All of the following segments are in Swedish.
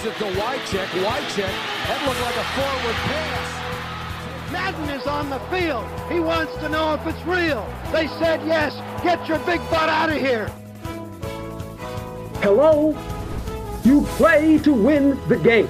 Gives it to Wycheck. Wycheck, that looked like a forward pass. Madden is on the field. He wants to know if it's real. They said yes. Get your big butt out of here. Hello? You play to win the game.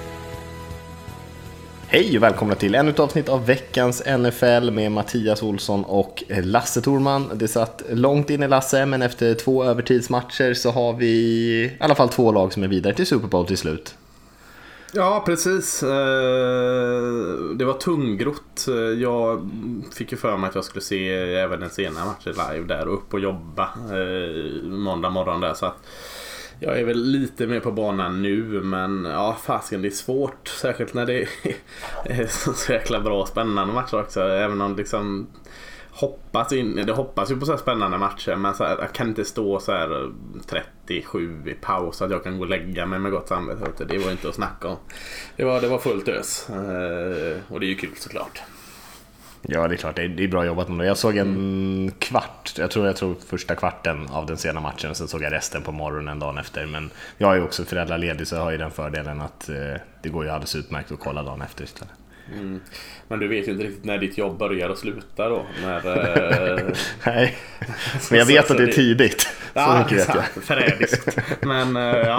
Hej och välkomna till ännu ett avsnitt av veckans NFL med Mattias Olsson och Lasse Thorman. Det satt långt in i Lasse, men efter 2 övertidsmatcher så har vi i alla fall 2 lag som är vidare till Super Bowl till slut. Ja, precis. Det var tungrott. Jag fick ju för mig att jag skulle se även den senare matchen live där och upp och jobba måndag morgon där, så att jag är väl lite mer på banan nu, men ja, fasken, det är svårt, särskilt när det är så jäkla bra och spännande matcher också, även om liksom det hoppas ju på så här spännande matcher, men så här, jag kan inte stå så här 37 i paus så att jag kan gå och lägga mig med gott samvete. Det var inte att snacka om. Det var fullt ös, och det är ju kul såklart. Ja, det är klart, det är bra jobbat med det. Jag såg en kvart, jag tror första kvarten av den sena matchen, och sen såg jag resten på morgonen dagen efter. Men jag är ju också föräldraledig, så jag har ju den fördelen att det går ju alldeles utmärkt att kolla dagen efter istället. Mm. Men du vet ju inte riktigt när ditt jobb börjar och slutar då. Nej, men jag vet att det är tidigt. Ja, mycket vet jag. Förrädiskt. Men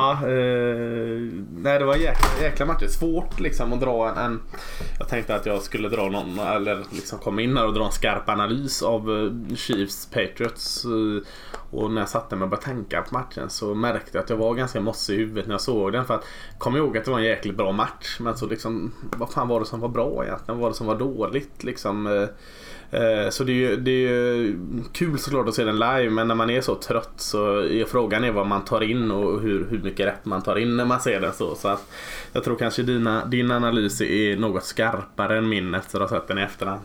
nej, det var jäkla match. Svårt liksom att dra en. Jag tänkte att jag skulle dra någon, eller liksom komma in här och dra en skarp analys av Chiefs Patriots. Och när jag satte mig och började tänka på matchen så märkte jag att jag var ganska mossig i huvudet när jag såg den. För att kom ihåg att det var en jäkligt bra match, men så liksom, vad fan var det som var bra egentligen? Vad var det som var dåligt liksom? Så det är ju kul såklart att se den live, men när man är så trött så är frågan vad man tar in och hur mycket rätt man tar in när man ser den så att jag tror kanske din analys är något skarpare än min efter att ha sett den i efterhand.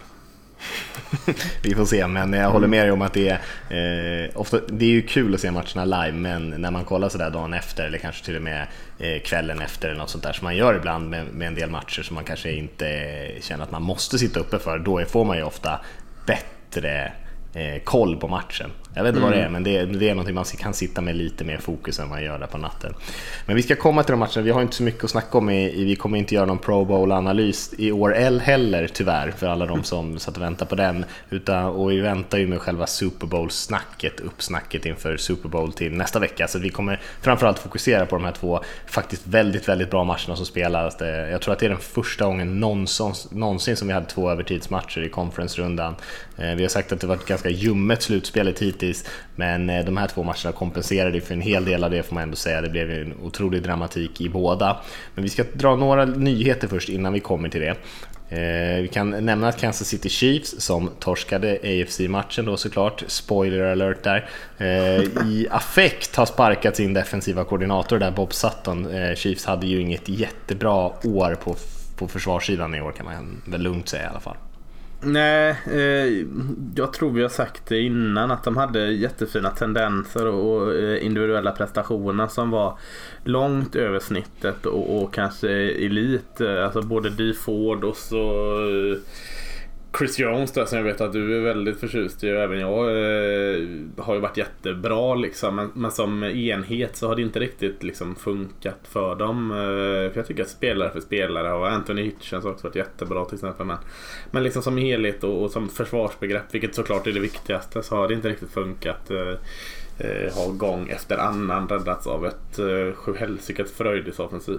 Vi får se, men jag håller med dig om att det är ofta, det är ju kul att se matcherna live, men när man kollar sådär dagen efter eller kanske till och med kvällen efter eller något sånt där som man gör ibland med en del matcher som man kanske inte känner att man måste sitta uppe för, då får man ju ofta bättre koll på matchen. Jag vet inte vad det är, men det är någonting man kan sitta med lite mer fokus än man gör där på natten. Men vi ska komma till de matcherna. Vi har inte så mycket att snacka om vi kommer inte göra någon Pro Bowl-analys i år heller, tyvärr, för alla de som satt och väntar på den. Och vi väntar ju med själva Super Bowl-snacket, uppsnacket inför Super Bowl till nästa vecka. Så vi kommer framförallt fokusera på de här 2 faktiskt väldigt, väldigt bra matcherna som spelas. Jag tror att det är den första gången någonsin som vi hade 2 övertidsmatcher i conference-rundan. Vi har sagt att det var ett ganska ljummet slutspelet hittills, men de här 2 matcherna kompenserade för en hel del av det, får man ändå säga. Det blev en otrolig dramatik i båda. Men vi ska dra några nyheter först innan vi kommer till det. Vi kan nämna att Kansas City Chiefs, som torskade AFC-matchen då såklart, spoiler alert där, i affekt har sparkat sin defensiva koordinator där, Bob Sutton. Chiefs hade ju inget jättebra år på försvarssidan i år, kan man väl lugnt säga i alla fall. Nej, jag tror vi har sagt det innan att de hade jättefina tendenser och individuella prestationer som var långt över snittet och kanske elit. Alltså både Dee Ford och så Chris Jones där, som jag vet att du är väldigt förtjust i, och även jag har ju varit jättebra liksom, men som enhet så har det inte riktigt liksom funkat för dem, för jag tycker att spelare för spelare, och Anthony Hitchens har också varit jättebra till exempel, men liksom som helhet och som försvarsbegrepp, vilket såklart är det viktigaste, så har det inte riktigt funkat. Har gång efter annan räddats av ett sjuhelsikets fröjdis offensiv.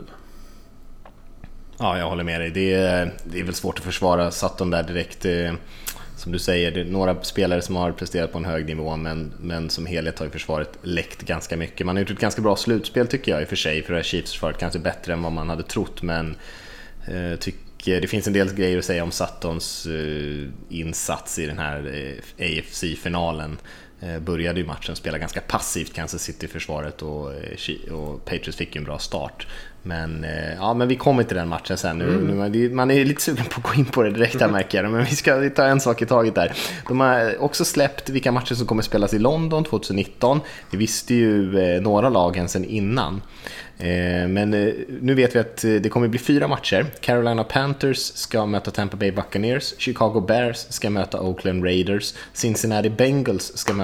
Ja, jag håller med dig. Det är väl svårt att försvara Sutton där direkt. Som du säger, det är några spelare som har presterat på en hög nivå, men som helhet har ju försvaret läckt ganska mycket. Man har gjort ett ganska bra slutspel, tycker jag, i och för sig, för det här Chiefs-försvaret kanske bättre än vad man hade trott, men tycker det finns en del grejer att säga om Suttons insats i den här AFC-finalen. Började ju matchen spela ganska passivt, Kansas City-försvaret, och Patriots fick en bra start. Men vi kommer till den matchen sen. Nu, man är lite sugen på att gå in på det direkt här, märker jag. Men vi tar en sak i taget där. De har också släppt vilka matcher som kommer spelas i London 2019. Vi visste ju några lagen sen innan. Men nu vet vi att det kommer bli 4 matcher. Carolina Panthers ska möta Tampa Bay Buccaneers, Chicago Bears ska möta Oakland Raiders, Cincinnati Bengals ska möta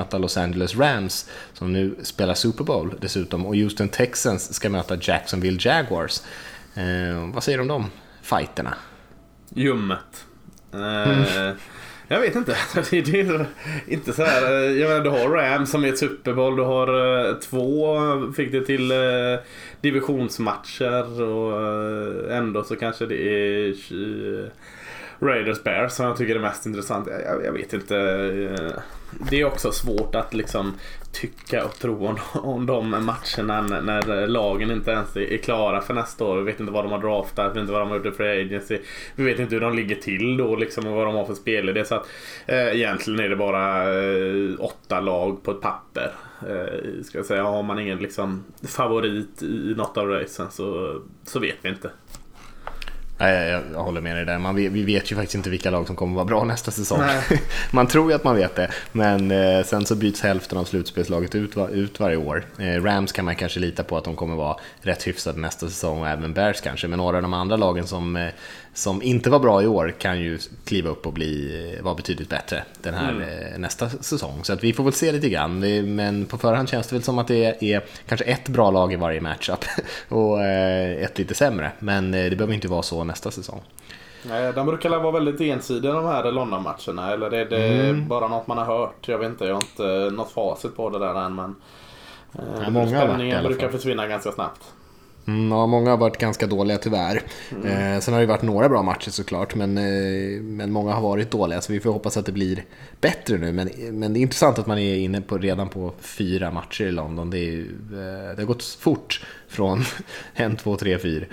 möta Los Angeles Rams som nu spelar Super Bowl dessutom, och Houston Texans ska möta Jacksonville Jaguars. Vad säger du om de fighterna? Ljummet. Jag vet inte. Det är inte så här. Jag menar, du har Rams som är ett Super Bowl, du har 2 fick det till divisionsmatcher, och ändå så kanske det är Raiders Bears som jag tycker är mest intressant. Jag vet inte. Det är också svårt att liksom tycka och tro om de matcherna när lagen inte ens är klara för nästa år. Vi vet inte vad de har draftat, vi vet inte vad de har gjort för agency. Vi vet inte hur de ligger till då liksom, och vad de har för spelare. Så att egentligen är det bara 8 lag på ett papper. Ska jag säga, har man ingen liksom favorit i något av racen så vet vi inte. Jag håller med dig där. Vi vet ju faktiskt inte vilka lag som kommer vara bra nästa säsong. Man tror ju att man vet det, men sen så byts hälften av slutspelslaget ut varje år. Rams kan man kanske lita på att de kommer vara rätt hyfsade nästa säsong, och även Bears kanske. Men några av de andra lagen som inte var bra i år kan ju kliva upp och vara betydligt bättre den här nästa säsong. Så att vi får väl se lite grann. Men på förhand känns det väl som att det är kanske ett bra lag i varje matchup och ett lite sämre. Men det behöver inte vara så nästa säsong. De brukar vara väldigt ensidiga de här London-matcherna. Eller är det bara något man har hört? Jag vet inte, jag har inte något facit på det där än. Men spänningen brukar försvinna ganska snabbt. Ja, många har varit ganska dåliga tyvärr. Sen har det varit några bra matcher såklart, men många har varit dåliga, så vi får hoppas att det blir bättre nu. Men det är intressant att man är inne redan på 4 matcher i London. Det har gått fort från 1, 2, 3, 4.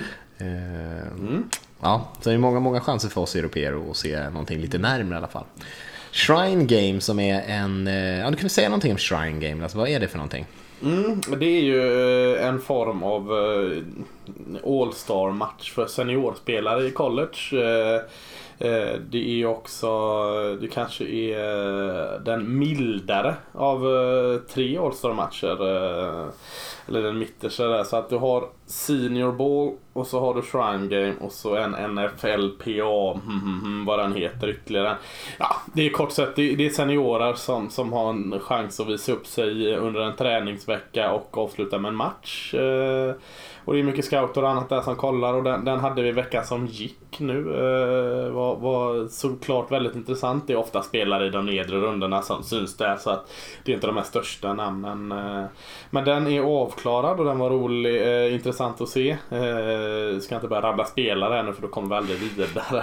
Ja, så det är många chanser för oss europeer att se någonting lite närmare i alla fall. Shrine Game som är du kan väl säga någonting om Shrine Game, alltså, vad är det för någonting? Det är ju en form av All-Star-match för seniorspelare i college. Det är också, det kanske är den mildare av 3 All-Star-matcher, eller den mittersta där, så att du har Senior Bowl och så har du Shrine Game och så en NFLPA, vad den heter ytterligare. Ja, det är kort sett, det är seniorer som har en chans att visa upp sig under en träningsvecka och avsluta med en match. Och det är mycket scouter och annat där som kollar, och den hade vi veckan som gick nu. Var såklart väldigt intressant. Det är ofta spelare i de nedre rundorna som syns där, så att det är inte de mest största namnen. Men den är avklarad och den var rolig, intressant att se. Ska inte börja rabbla spelare ännu, för då kommer vi aldrig vidare.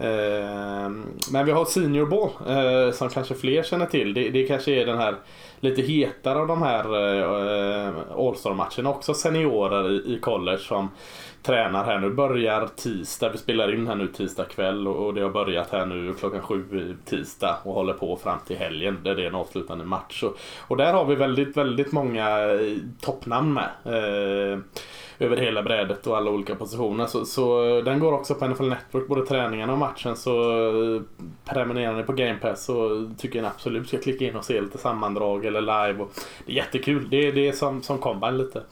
Men vi har Senior Bowl som kanske fler känner till. Det kanske är den här lite hetare av de här All-Star-matcherna, också seniorer i college som tränar här nu. Börjar tisdag, vi spelar in här nu tisdag kväll, och det har börjat här nu 7:00 tisdag och håller på fram till helgen där det är en avslutande match. Och där har vi väldigt, väldigt många toppnamn med över hela brädet och alla olika positioner. Så den går också på NFL Network, både träningarna och matchen. Så prenumererar ni på Game Pass så tycker jag absolut ska klicka in och se lite sammandrag eller live. Och det är jättekul, det är som Combine lite.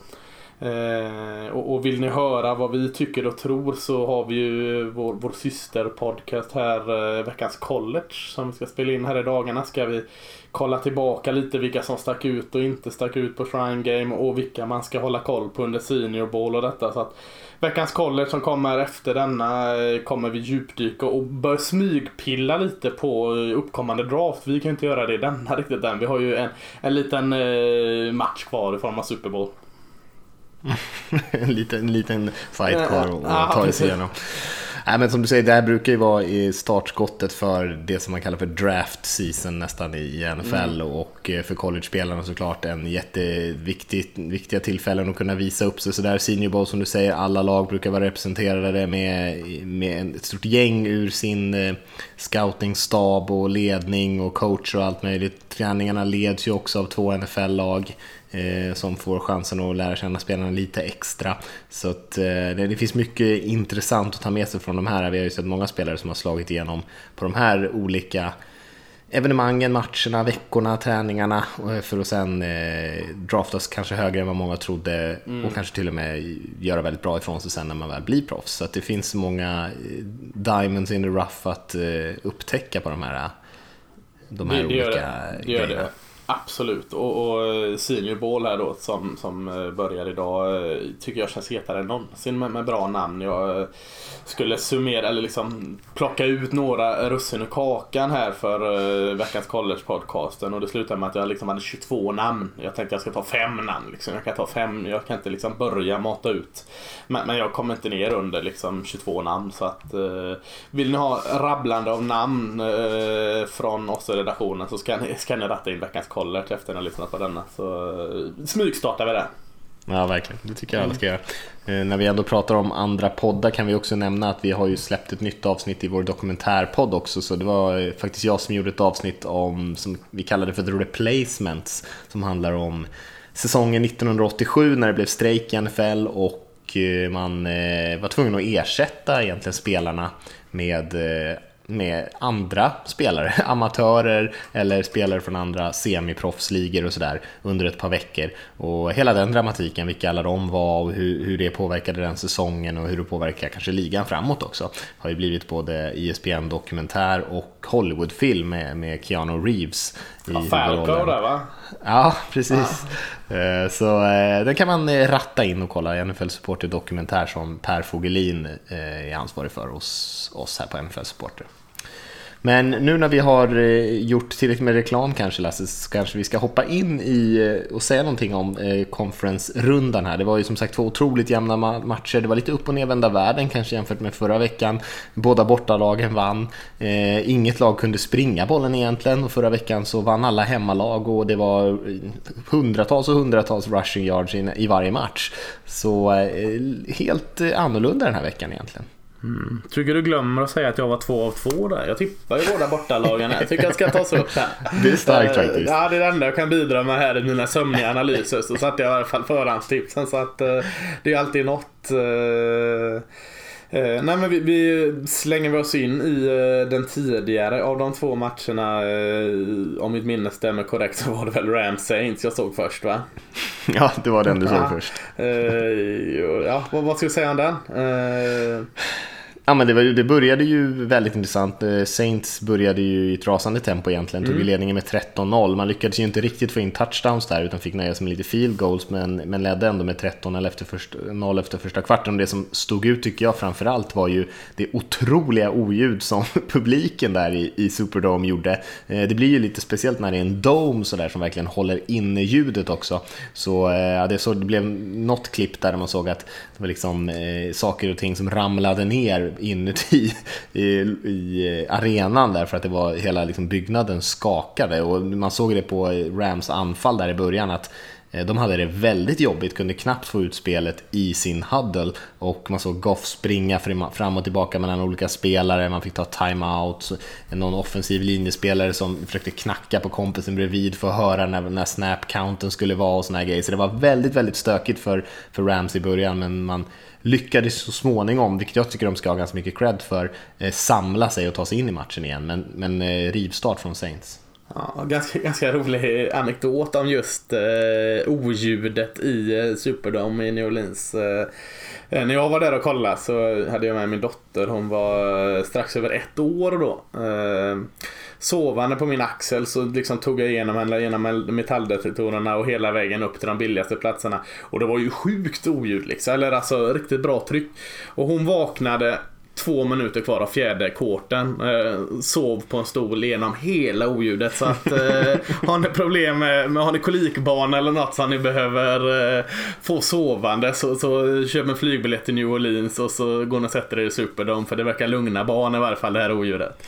Och vill ni höra vad vi tycker och tror, så har vi ju vår systerpodcast här, Veckans College, som vi ska spela in här i dagarna. Ska vi kolla tillbaka lite vilka som stack ut och inte stack ut på Shrine Game, och vilka man ska hålla koll på under Senior Bowl och detta. Så att Veckans College som kommer efter denna kommer vi djupdyka och börja smygpilla lite på uppkommande draft. Vi kan inte göra det denna riktigt än. Vi har ju en liten match kvar i form av Super Bowl. en liten fight kvar att ta sig igenom. Nej, men som du säger, det här brukar ju vara i startskottet för det som man kallar för draft season nästan i NFL, och för college-spelarna såklart en jätteviktiga tillfällen att kunna visa upp sig. Så där Senior Bowl, som du säger, alla lag brukar vara representerade med ett stort gäng ur sin scouting-stab och ledning och coach och allt möjligt. Träningarna leds ju också av 2 NFL-lag som får chansen att lära känna spelarna lite extra. Så att det finns mycket intressant att ta med sig från de här. Vi har ju sett många spelare som har slagit igenom på de här olika evenemangen, matcherna, veckorna, träningarna, för att sen draftas kanske högre än vad många trodde, och kanske till och med göra väldigt bra ifrån sig sen när man väl blir proffs. Så att det finns många diamonds in the rough att upptäcka på de här olika grejerna. Absolut, och Senior Bowl här då som börjar idag tycker jag känns hetare än någonsin med bra namn. Jag skulle summera eller liksom plocka ut några russin ur kakan här för veckans college-podcasten, och det slutade med att jag liksom hade 22 namn. Jag tänkte jag ska ta 5 namn liksom. Jag kan ta 5, jag kan inte liksom börja mata ut, men jag kommer inte ner under liksom 22 namn, så att vill ni ha rabblande av namn från oss i redaktionen så ska ni ratta in veckans college efter att ni har lyssnat på denna, så smygstartar vi där. Ja, verkligen. Det tycker jag alla ska göra. När vi ändå pratar om andra poddar kan vi också nämna att vi har ju släppt ett nytt avsnitt i vår dokumentärpodd också. Så det var faktiskt jag som gjorde ett avsnitt om, som vi kallade för The Replacements, som handlar om säsongen 1987 när det blev strejk i NFL och man var tvungen att ersätta egentligen spelarna med andra spelare, amatörer eller spelare från andra semiproffsligor och sådär under ett par veckor. Och hela den dramatiken, vilka alla de var och hur det påverkade den säsongen och hur det påverkar kanske ligan framåt också, har ju blivit både ESPN-dokumentär och Hollywoodfilm med Keanu Reeves i Falco där, va? Ja, precis. Så den kan man ratta in och kolla. NFL Supporter dokumentär som Per Fogelin är ansvarig för hos oss här på NFL Supporter. Men nu när vi har gjort tillräckligt med reklam kanske, Lasse, så kanske vi ska hoppa in i och säga någonting om conference-rundan här. Det var ju som sagt 2 otroligt jämna matcher. Det var lite upp- och nedvända världen kanske jämfört med förra veckan. Båda bortalagen vann. Inget lag kunde springa bollen egentligen, och förra veckan så vann alla hemmalag och det var hundratals rushing yards i varje match. Så helt annorlunda den här veckan egentligen. Tycker du glömmer att säga att jag var 2 av 2 där? Jag tippar ju båda bortalagen. Jag tycker jag ska ta så upp här. Det är starkt faktiskt. Ja, det är det enda jag kan bidra med här i mina sömniga analyser. Så satte jag i alla fall förhandstipsen, så att det är alltid något. Nej, men vi slänger oss in i den tidigare av de 2 matcherna. Om mitt minne stämmer korrekt så var det väl Rams Saints jag såg först, va? Ja, det var den du såg först. Ja, vad ska jag säga om den? Ja, men det började ju väldigt intressant. Saints började ju i ett rasande tempo egentligen. Tog ledningen med 13-0. Man lyckades ju inte riktigt få in touchdowns där, utan fick nöja sig med lite field goals, men ledde ändå med 13-0 efter första kvarten. Det som stod ut tycker jag framförallt var ju det otroliga oljud som publiken där i Superdome gjorde. Det blir ju lite speciellt när det är en dome så där som verkligen håller inne ljudet också. Så det blev något klipp där man såg att det var liksom saker och ting som ramlade ner inuti i arenan där, för att det var hela liksom byggnaden skakade, och man såg det på Rams anfall där i början att de hade det väldigt jobbigt, kunde knappt få ut spelet i sin huddle, och man såg Goff springa fram och tillbaka mellan olika spelare, man fick ta timeout, någon offensiv linjespelare som försökte knacka på kompisen bredvid för att höra när snap-counten skulle vara och såna här grejer. Så det var väldigt, väldigt stökigt för Rams i början, men man lyckades så småningom, vilket jag tycker de ska ha ganska mycket cred för, samla sig och ta sig in i matchen igen, men rivstart från Saints. Ja, ganska rolig anekdot om just oljudet i Superdome i New Orleans. När jag var där och kollade så hade jag med min dotter, hon var strax över 1 år då. Sovande på min axel så liksom tog jag igenom henne genom metalldetektorerna och hela vägen upp till de billigaste platserna. Och det var ju sjukt oljud liksom, eller alltså riktigt bra tryck. Och hon vaknade 2 minuter kvar av 4:e kvarten, sov på en stol genom hela oljudet. Så att har ni problem med har ni kolikbarn eller något som ni behöver få sovande, så köp en flygbiljett till New Orleans och så går ni och sätter er i Superdome, för det verkar lugna barn i varje fall, det här oljudet.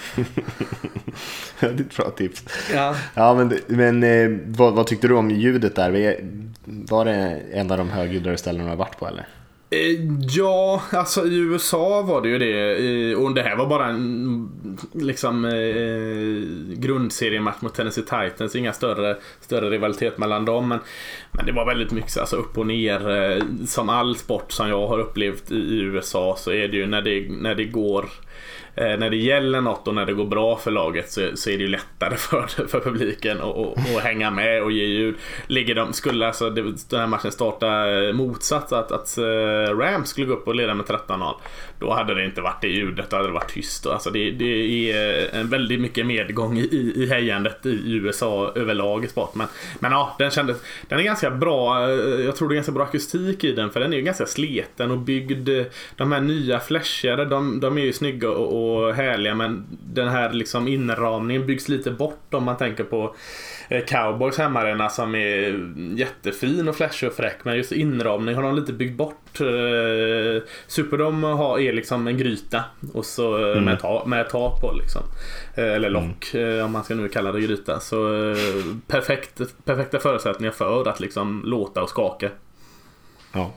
Det är ett bra tips. Ja, men vad tyckte du om ljudet där? Var det en av de högljudare ställena du har varit på, eller? Ja, alltså i USA var det ju det, och det här var bara en liksom grundseriematch mot Tennessee Titans, inga större rivalitet mellan dem, men det var väldigt mycket alltså upp och ner, som all sport som jag har upplevt i USA, så är det ju när det går när det gäller något och när det går bra för laget så är det ju lättare för publiken att hänga med och ge ljud. Skulle alltså den här matchen starta motsatt att Rams skulle gå upp och leda med 13-0, då hade det inte varit det ljudet, då hade det varit tyst. Alltså det är en väldigt mycket medgång i hejandet i USA överlag i sport. Men ja, den är ganska bra. Jag tror det är ganska bra akustik i den, för den är ju ganska sleten och byggd. De här nya flashare, de är ju snygga och härliga, men den här liksom inramningen byggs lite bort om man tänker på Cowboys hemmaarena som är jättefin och flashig och fräck, men just inramning har de lite byggt bort. Superdome är liksom en gryta och så med tak på liksom, eller lock om man ska nu kalla det gryta, så perfekta förutsättningar för att liksom låta och skaka. Ja.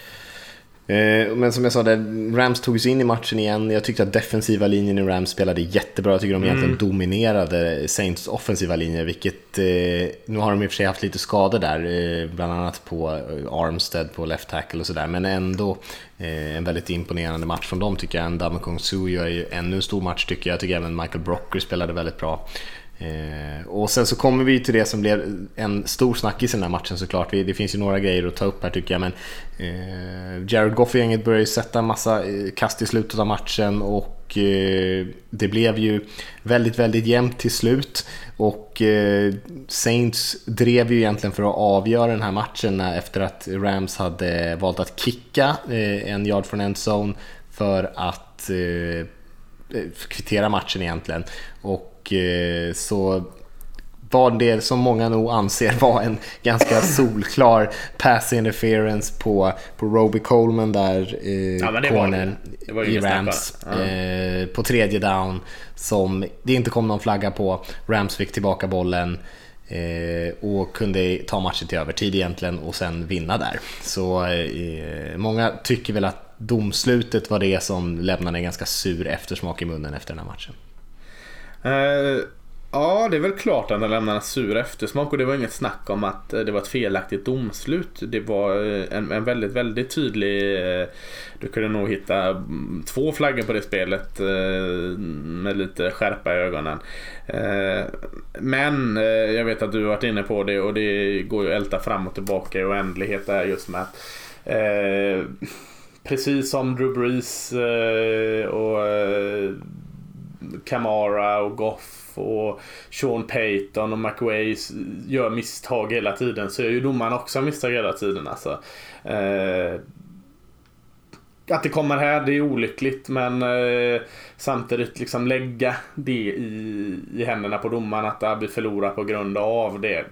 Men som jag sa, Rams tog sig in i matchen igen. Jag tyckte att defensiva linjen i Rams spelade jättebra. Jag tycker de egentligen dominerade Saints offensiva linjer, vilket nu har de i och för sig haft lite skador där, bland annat på Armstead på left tackle och sådär, men ändå en väldigt imponerande match från dem tycker jag. Ndamukong Suh gör ju ännu en stor match tycker jag. Jag tycker även Michael Brocker spelade väldigt bra. Och sen så kommer vi till det som blev en stor snackis i den här matchen såklart. Det finns ju några grejer att ta upp här tycker jag, men Jared Goff-gänget började sätta en massa kast i slutet av matchen och det blev ju väldigt, väldigt jämnt till slut, och Saints drev ju egentligen för att avgöra den här matchen efter att Rams hade valt att kicka en yard från endzone för att kvittera matchen egentligen. Och så var det som många nog anser var en ganska solklar pass interference på Roby Coleman där, cornern i Rams på tredje down, som det inte kom någon flagga på. Rams fick tillbaka bollen och kunde ta matchen till övertid egentligen och sen vinna där. Så många tycker väl att domslutet var det som lämnade en ganska sur eftersmak i munnen efter den här matchen. Ja, det är väl klart att den lämnade en sur eftersmak, och det var inget snack om att det var ett felaktigt domslut. Det var en väldigt, väldigt tydlig, du kunde nog hitta 2 flaggor på det spelet med lite skärpa i ögonen. Men jag vet att du har varit inne på det, och det går ju att älta fram och tillbaka i oändlighet där, just med att precis som Drew Brees och Kamara och Goff och Sean Payton och McVay gör misstag hela tiden, så är ju domaren också misstag hela tiden alltså. Att det kommer här, det är olyckligt, men samtidigt liksom lägga det i händerna på domaren att Abby förlorar på grund av det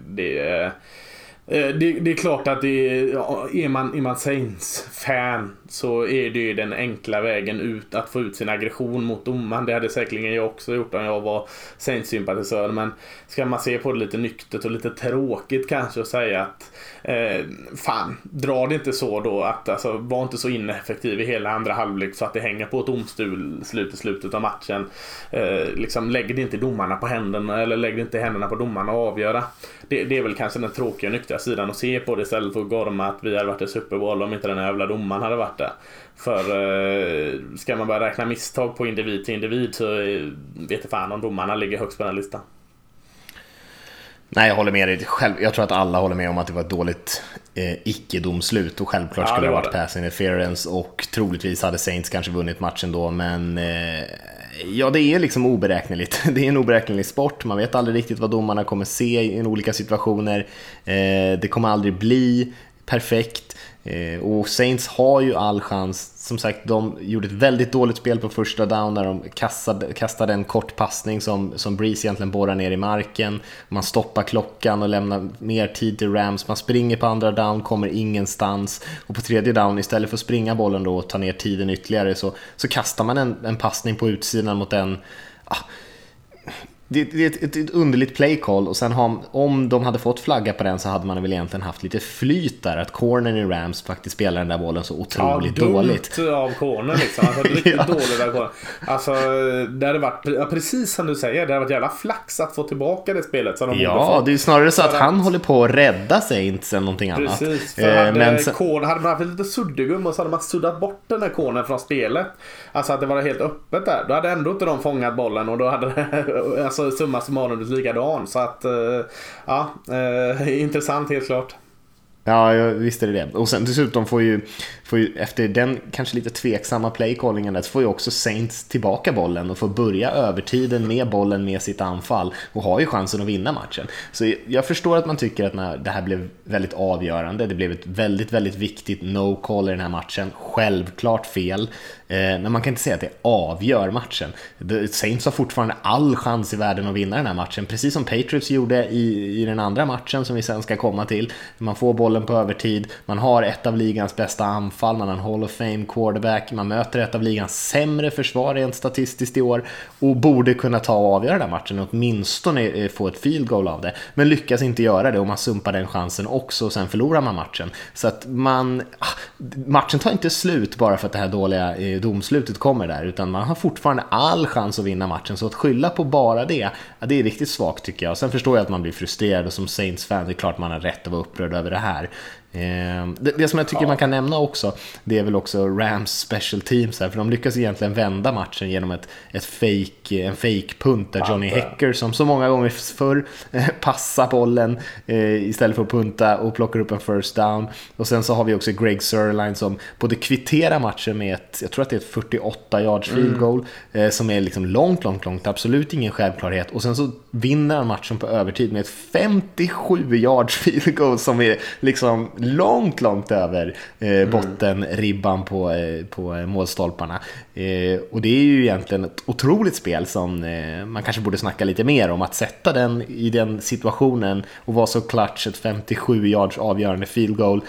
är klart att är man Saints-fan så är det ju den enkla vägen ut att få ut sin aggression mot domaren. Det hade säkerligen jag också gjort om jag var Saints-sympatisör, men ska man se på det lite nyktert och lite tråkigt kanske och säga att fan, dra det inte så då, att alltså, var inte så ineffektiv i hela andra halvlek så att det hänger på ett domslut i slutet av matchen. Liksom, lägg det inte domarna på händerna, eller lägg det inte händerna på domarna och avgöra. Det är väl kanske den tråkiga nyktra sidan att se på det, istället för att gorma att vi hade varit i Super Bowl om inte den jävla domaren hade varit där. För ska man bara räkna misstag på individ till individ så vet jag fan om domarna ligger högst på den här listan. Nej, jag håller med dig själv. Jag tror att alla håller med om att det var ett dåligt icke-domslut, och självklart skulle det ha varit pass interference, och troligtvis hade Saints kanske vunnit matchen då, men ja, det är liksom oberäkneligt. Det är en oberäknelig sport. Man vet aldrig riktigt vad domarna kommer se i olika situationer. Det kommer aldrig bli perfekt. Och Saints har ju all chans. Som sagt, de gjorde ett väldigt dåligt spel på första down när de kastade en kort passning som Breeze egentligen borrar ner i marken. Man stoppar klockan och lämnar mer tid till Rams. Man springer på andra down, kommer ingenstans, och på tredje down, istället för att springa bollen då och ta ner tiden ytterligare, så kastar man en passning på utsidan mot en det är ett underligt play call, och sen om de hade fått flagga på den så hade man väl egentligen haft lite flyt där, att cornern i Rams faktiskt spelar den där bollen så otroligt dåligt. Av corner liksom, alltså riktigt dåligt där corner. Alltså det hade varit, precis som du säger, det hade varit jävla flax att få tillbaka det spelet som de det är ju snarare så att han håller på att rädda sig, inte sen någonting annat. Precis, för hade man haft lite suddgum och så hade man suddat bort den här cornern från spelet, alltså att det var helt öppet där, då hade ändå inte de fångat bollen, och då hade alltså summa summarum blivit likadan, så att intressant helt klart. Ja, jag visste det. Och sen dessutom får ju efter den kanske lite tveksamma playcallingen där, så får ju också Saints tillbaka bollen och får börja övertiden med bollen med sitt anfall och har ju chansen att vinna matchen. Så jag förstår att man tycker att när det här blev väldigt avgörande, det blev ett väldigt, väldigt viktigt no-call i den här matchen, självklart fel. Men man kan inte säga att det avgör matchen. Saints har fortfarande all chans i världen att vinna den här matchen, precis som Patriots gjorde i den andra matchen som vi sen ska komma till. Man får bollen på övertid, man har ett av ligans bästa anfall, man har en Hall of Fame quarterback, man möter ett av ligans sämre försvar rent statistiskt i år och borde kunna ta och avgöra den här matchen och åtminstone få ett field goal av det, men lyckas inte göra det, och man sumpar den chansen också, och sen förlorar man matchen. Så att matchen tar inte slut bara för att det här dåliga domslutet kommer där, utan man har fortfarande all chans att vinna matchen, så att skylla på bara det är riktigt svagt tycker jag. Och sen förstår jag att man blir frustrerad, och som Saints-fan det är klart man har rätt att vara upprörd över det här. Det som jag tycker man kan nämna också, det är väl också Rams special teams här, för de lyckas egentligen vända matchen genom en fake punt där Johnny Hecker, som så många gånger förr, passar bollen istället för att punta och plockar upp en first down. Och sen så har vi också Greg Zuerlein som både kvitterar matchen med jag tror att det är ett 48 yards field goal, som är liksom långt, absolut ingen självklarhet, och sen så vinner han matchen på övertid med ett 57 yards field goal som är liksom långt över bottenribban på målstolparna. Och det är ju egentligen ett otroligt spel som man kanske borde snacka lite mer om, att sätta den i den situationen och vara så clutch, ett 57 yards avgörande field goal.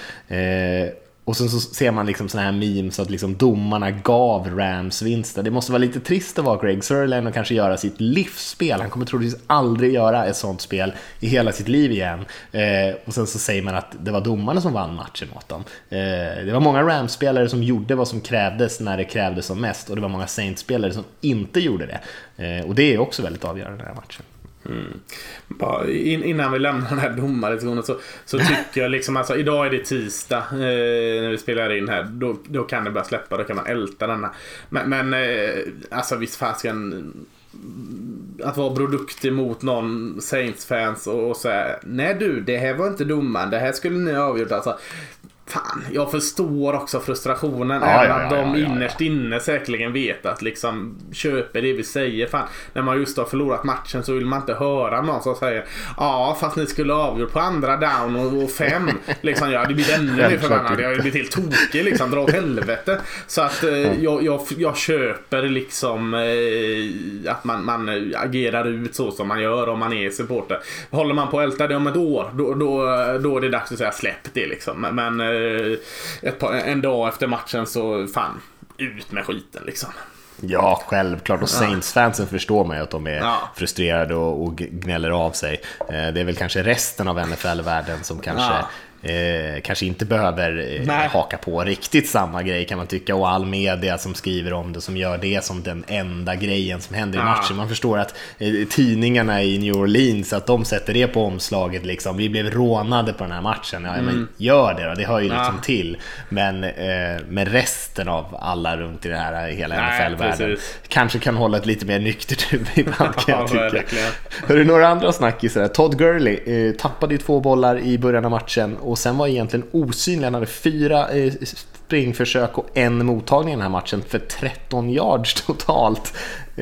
Och sen så ser man liksom såna här memes att liksom domarna gav Rams vinsten. Det måste vara lite trist att vara Greg Zuerlein och kanske göra sitt livsspel. Han kommer troligtvis aldrig göra ett sånt spel i hela sitt liv igen. Och sen så säger man att det var domarna som vann matchen åt dem. Det var många Rams-spelare som gjorde vad som krävdes när det krävdes som mest. Och det var många Saints-spelare som inte gjorde det. Och det är också väldigt avgörande den här matchen. Innan vi lämnar den här domardiskussionen så tycker jag liksom, alltså, idag är det tisdag när vi spelar in här, då kan det börja släppa, då kan man älta denna, men alltså visst fasken att vara produktiv mot någon Saints-fans och säga nej du, det här var inte domaren, det här skulle ni ha avgjort, alltså fan, jag förstår också frustrationen, även att de innerst inne säkerligen vet att liksom köper det vi säger. Fan, när man just har förlorat matchen så vill man inte höra någon som säger fast ni skulle avgjort på andra down och 5 liksom, det blir ännu mer förbannad, jag blir helt tokig liksom, dra åt helvete. Så att jag köper liksom att man agerar ut så som man gör om man är supporter. Håller man på att älta det om ett år, då är det dags att säga släpp det liksom. Men en dag efter matchen så fan, ut med skiten liksom. Ja, självklart. Och Saints-fansen förstår man ju att de är frustrerade och gnäller av sig. Det är väl kanske resten av NFL-världen som kanske inte behöver haka på riktigt samma grej, kan man tycka, och all media som skriver om det, som gör det som den enda grejen som händer i matchen. Man förstår att tidningarna i New Orleans, att de sätter det på omslaget liksom, vi blev rånade på den här matchen. Men gör det då, det hör ju liksom till. Men resten av alla runt i det här hela NFL-världen kanske kan hålla ett lite mer nyktert huvud ibland, kan jag tycka. Hör du några andra snackisar? Todd Gurley tappade ju 2 bollar i början av matchen och sen var egentligen osynlig. Han hade 4 springförsök och 1 mottagning i den här matchen för 13 yards totalt.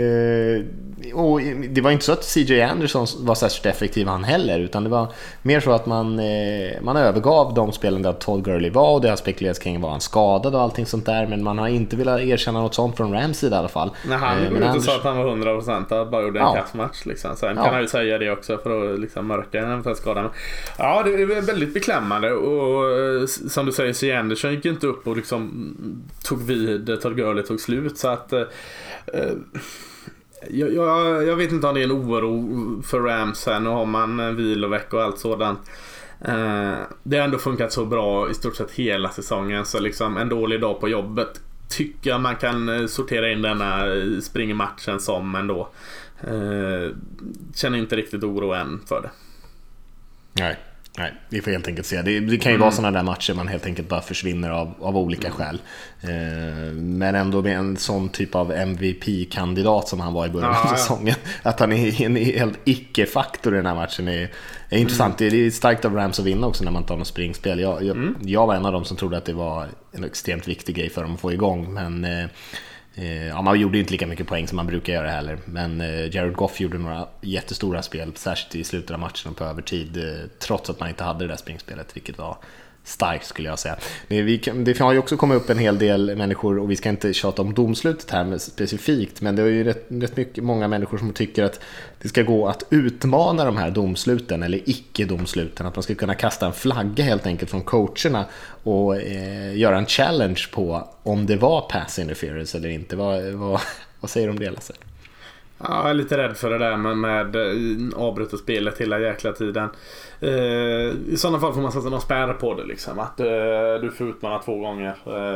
Och det var inte så att CJ Anderson var särskilt effektiv han heller, utan det var mer så att man övergav de spelen där Todd Gurley var, och det har spekulerats kring var han skadad och allting sånt där, men man har inte velat erkänna något sånt från Rams sida i alla fall. Nej, han inte sa att han var 100% att bara gjorde en kassmatch liksom. Sen kan han ju säga det också för att liksom mörka den för skadan. Ja, det är väldigt beklämmande, och som du säger, CJ Anderson gick inte upp och liksom tog vid, Todd Gurley tog slut, så att Jag vet inte om det är en oro för Rams här. Nu har man en vilovecka och allt sådant. Det har ändå funkat så bra i stort sett hela säsongen, så liksom en dålig dag på jobbet tycker jag man kan sortera in denna springmatchen som ändå. Känner inte riktigt oro än för det. Nej, vi får helt enkelt se. Det kan ju vara sådana där matcher man helt enkelt bara försvinner av olika skäl. Men ändå med en sån typ av MVP-kandidat som han var i början av säsongen. Att han är en helt icke-faktor i den här matchen är intressant. Det är starkt av Rams att vinna också när man tar något springspel. Jag var en av dem som trodde att det var en extremt viktig grej för dem att få igång. Men man gjorde inte lika mycket poäng som man brukar göra heller. Men Jared Goff gjorde några jättestora spel, särskilt i slutet av matchen och på övertid, trots att man inte hade det där springspelet, vilket var starkt skulle jag säga. Det har ju också kommit upp en hel del människor, och vi ska inte tjata om domslutet här specifikt, men det är ju rätt många människor som tycker att det ska gå att utmana de här domsluten eller icke-domsluten, att man ska kunna kasta en flagga helt enkelt från coacherna och göra en challenge på om det var pass interference eller inte. Vad säger du om det, Lasse? Ja, jag är lite rädd för det där med avbryta spelet hela jäkla tiden. I sådana fall får man sätta någon spärr på det liksom. Att du får utmana 2 gånger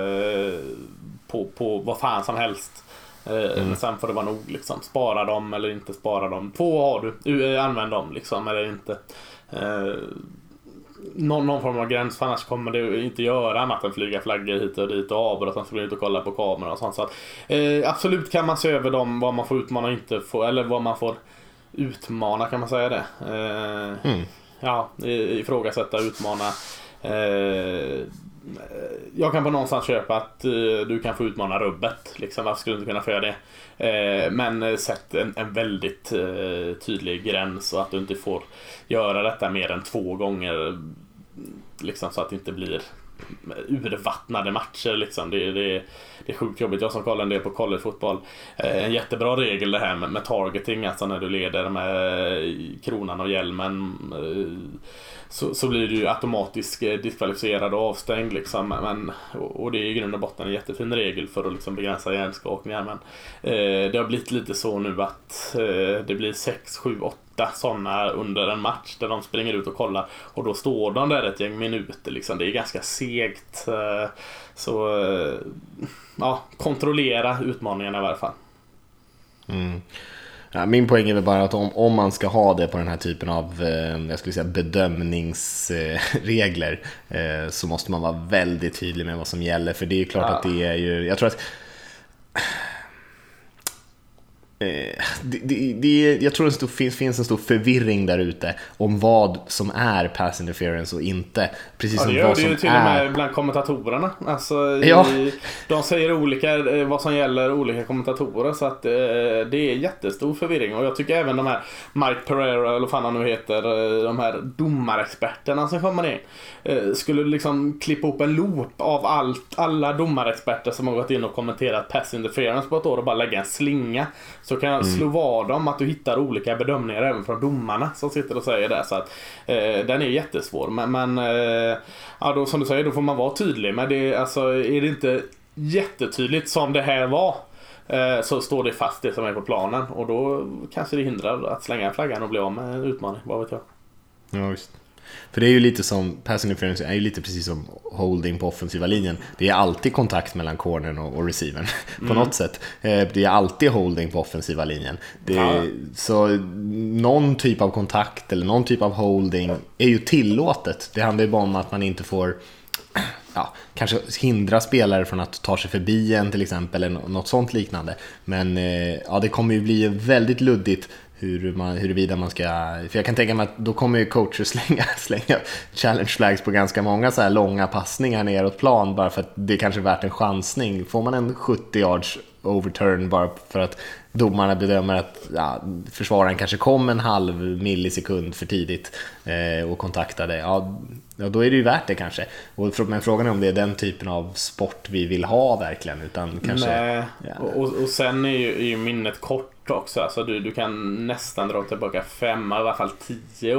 på vad fan som helst. Sen får det vara nog liksom. Spara dem eller inte spara dem. 2 har du, använd dem liksom, eller inte. Någon form av gräns, för annars kommer det inte göra annat än flyga flaggor hit och dit och avbryta, att man ska ut och kolla på kameror och sånt. Så att, absolut kan man se över dem, vad man får utmana och inte få, eller vad man får utmana, kan man säga det. Ja, ifrågasätta, utmana. Jag kan på någonstans köpa att du kan få utmana rubbet liksom, varför skulle du inte kunna få göra det? Men sätt en väldigt tydlig gräns, och att du inte får göra detta mer än 2 gånger liksom, så att det inte blir urvattnade matcher liksom. Det är sjukt jobbigt. Jag som kollar en del på collegefotboll, en jättebra regel det här med targeting, alltså när du leder med kronan och hjälmen, så blir du ju automatiskt diskvalificerad och avstängd liksom. Och det är i grund och botten en jättefin regel för att liksom begränsa hjärnskakningar, men det har blivit lite så nu att det blir 6, 7, 8 sådana under en match där de springer ut och kollar, och då står de där ett gäng minuter liksom. Det är ganska segt, så kontrollera utmaningarna i varje fall. Ja, min poäng är väl bara att om man ska ha det på den här typen av jag skulle säga bedömningsregler, så måste man vara väldigt tydlig med vad som gäller, för det är ju klart att det är ju, jag tror att jag tror att det finns en stor förvirring där ute om vad som är pass interference och inte. Precis som vad som är. Det är ju till och med bland kommentatorerna. Alltså, de säger olika vad som gäller olika kommentatorer, så att det är jättestor förvirring. Och jag tycker även de här Mike Pereira, eller vad fan han nu heter, de här domarexperterna som kommer in, skulle liksom klippa upp en loop av alla domarexperter som har gått in och kommenterat pass interference på ett år och bara lägga en slinga, så kan jag slå vad om att du hittar olika bedömningar även från domarna som sitter och säger det. Så att den är jättesvår, men då, som du säger, då får man vara tydlig. Men det, alltså, är det inte jättetydligt som det här var, så står det fast det som är på planen, och då kanske det hindrar att slänga flaggan och bli av med en utmaning, vad vet jag. Ja, just. För det är ju lite som pass interference, är ju lite precis som holding på offensiva linjen. Det är alltid kontakt mellan cornern och receivern på något sätt. Det är alltid holding på offensiva linjen. Så någon typ av kontakt eller någon typ av holding är ju tillåtet. Det handlar ju bara om att man inte får kanske hindra spelare från att ta sig förbi en till exempel, eller något sånt liknande. Men det kommer ju bli väldigt luddigt huruvida man ska, för jag kan tänka mig att då kommer ju coacher slänga challenge flags på ganska många så här långa passningar neråt plan, bara för att det är kanske är värt en chansning. Får man en 70 yards overturn bara för att domarna bedömer att försvararen kanske kom en halv millisekund för tidigt och kontaktade, då är det ju värt det kanske. Men frågan är om det är den typen av sport vi vill ha verkligen, utan kanske. Nej. Och sen är ju minnet kort också, alltså du kan nästan dra tillbaka 5, i alla fall 10 år.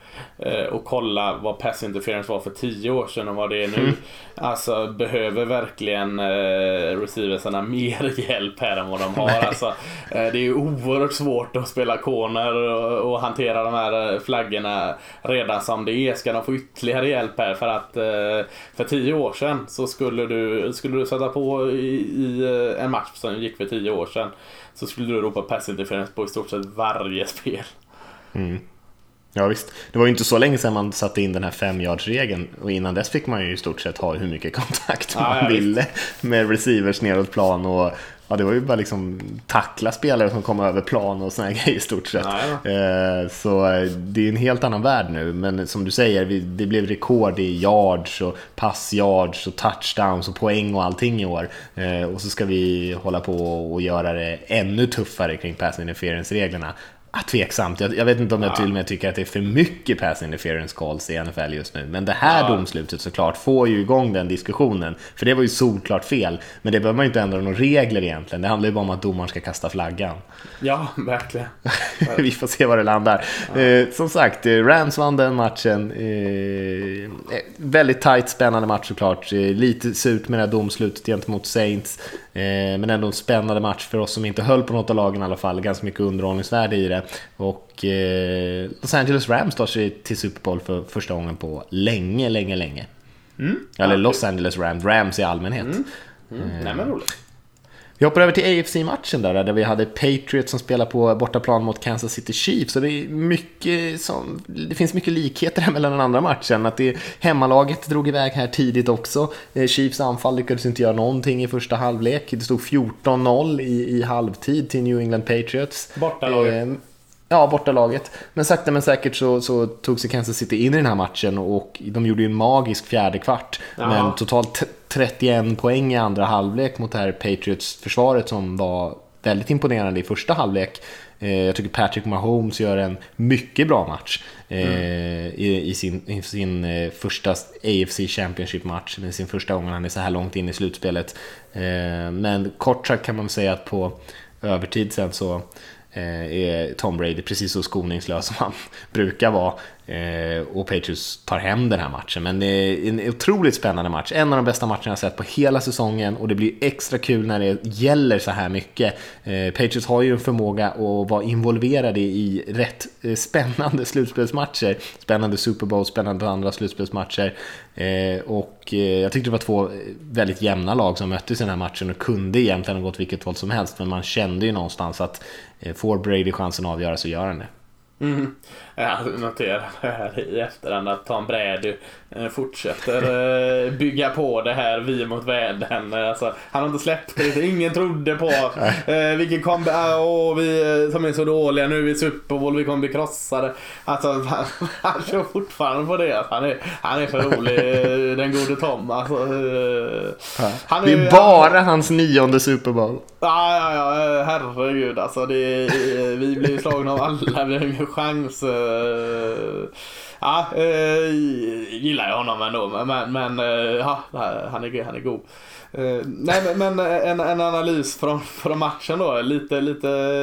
och kolla vad pass interference var för 10 år sedan och vad det är nu. Alltså behöver verkligen receiversarna mer hjälp här än vad de har. Alltså, det är ju oerhört svårt att spela corner och hantera de här flaggorna redan som det är. Ska de få ytterligare hjälp här för att för 10 år sedan så skulle du sätta på i en match som gick för 10 år sedan, så skulle du ropa pass interference på i stort sett varje spel. Ja visst, det var ju inte så länge sedan man satte in den här 5-yards-regeln, och innan dess fick man ju i stort sett ha hur mycket kontakt man ville med receivers neråt plan, och det var ju bara liksom tackla spelare som kom över plan och såna här grejer i stort sett. Så det är en helt annan värld nu, men som du säger, det blev rekord i yards och passyards och touchdowns och poäng och allting i år, och så ska vi hålla på och göra det ännu tuffare kring pass interference-reglerna. Tveksamt. Jag vet inte om jag till och med tycker att det är för mycket pass interference calls i NFL just nu. Men det här domslutet såklart får ju igång den diskussionen. För det var ju solklart fel. Men det behöver man ju inte ändra några regler egentligen. Det handlar ju bara om att domaren ska kasta flaggan. Ja, verkligen. Vi får se var det landar. Som sagt, Rams vann den matchen. Väldigt tight, spännande match såklart. Lite surt med det här domslutet gentemot Saints. Men ändå en spännande match för oss som inte höll på något av lagen i alla fall. Ganska mycket underhållningsvärde i det. Och Los Angeles Rams tar sig till Super Bowl för första gången på länge. Eller Los Angeles Rams i allmänhet. Nej, men roligt. Vi hoppar över till AFC-matchen där vi hade Patriots som spelar på bortaplan mot Kansas City Chiefs. Så det är det finns mycket likheter här mellan den andra matchen. Att hemmalaget drog iväg här tidigt också. Chiefs anfall lyckades inte göra någonting i första halvlek. Det stod 14-0 i halvtid till New England Patriots. Bortalaget. Bortalaget. Men sakta men säkert så tog sig Kansas City in i den här matchen, och de gjorde ju en magisk fjärde kvart. Men totalt 31 poäng i andra halvlek mot det här Patriots-försvaret som var väldigt imponerande i första halvlek. Jag tycker Patrick Mahomes gör en mycket bra match i sin första AFC Championship-match, i sin första gång han är så här långt in i slutspelet. Men kort sagt kan man säga att på övertid sen så är Tom Brady precis så skoningslös som han brukar vara, och Patriots tar hem den här matchen. Men det är en otroligt spännande match, en av de bästa matcherna jag sett på hela säsongen, och det blir extra kul när det gäller så här mycket. Patriots har ju en förmåga att vara involverade i rätt spännande slutspelsmatcher, spännande Super Bowl, spännande andra slutspelsmatcher, och jag tyckte det var två väldigt jämna lag som möttes i den här matchen och kunde egentligen ha gått vilket håll som helst, men man kände ju någonstans att får Brady chansen att avgöra så gör han det. Jag noterar här i efterhand att Tom Brady fortsätter bygga på det här vi mot världen. Alltså, han har inte släppt det, ingen trodde på vilken vi som är så dåliga nu i Super Bowl, vi kommer bli krossade. Alltså, han kör fortfarande på det. Han är för rolig, den gode Tom. Alltså, det är bara hans 9:e Super Bowl. Ja, herregud. Alltså, vi blir slagna av alla, vi har ingen chans. Gillar jag honom ändå, men han är god. Nej, men en analys från matchen då, lite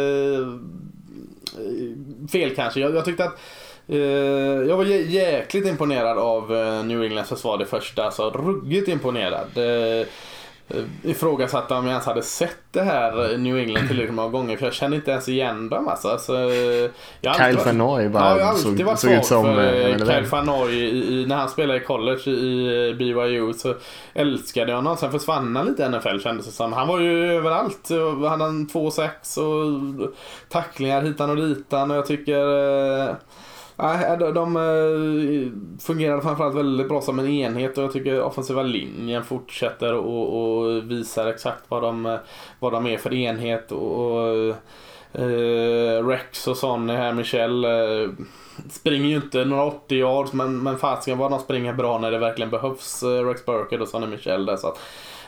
fel kanske. Jag tyckte att jag var jäkligt imponerad av New Englands försvar det första, alltså ruggigt imponerad. Ifrågasatte om jag ens hade sett det här New England tillräckligt många gånger, för jag kände inte ens igen dem. Alltså, Kyle Fanoy bara såg ut som Kyle Fanoy när han spelade i college i BYU, så älskade jag honom. Sen försvann han lite i NFL, kändes det som. Han var ju överallt, han hade 2-6 och tacklingar hitan och ditan, och jag tycker de fungerar framförallt väldigt bra som en enhet, och jag tycker offensiva linjen fortsätter och visar exakt vad de är för enhet, och Rex och Sonny här, Michel springer ju inte några 80 yards, men fasiken vad de springer bra när det verkligen behövs, Rex Burkhead och Sonny Michel där, så att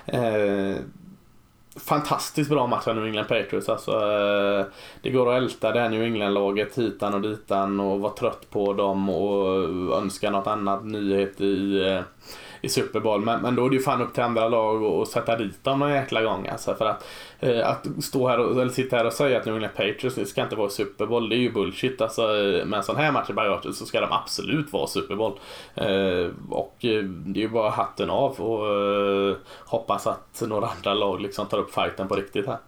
fantastiskt bra match av New England Patriots. Alltså, det går att älta det här New England-laget hitan och ditan och vara trött på dem och önska något annat nyhet i Super Bowl. Men då är det ju fan upp till andra lag och sätta dit dem någon jäkla gång. Alltså, för att stå här eller sitta här och säga att New England Patriots ska inte vara Super Bowl, det är ju bullshit. Alltså, med en sån här match i bagaget så ska de absolut vara Super Bowl. Och det är ju bara hatten av och hoppas att några andra lag liksom tar upp fighten på riktigt här.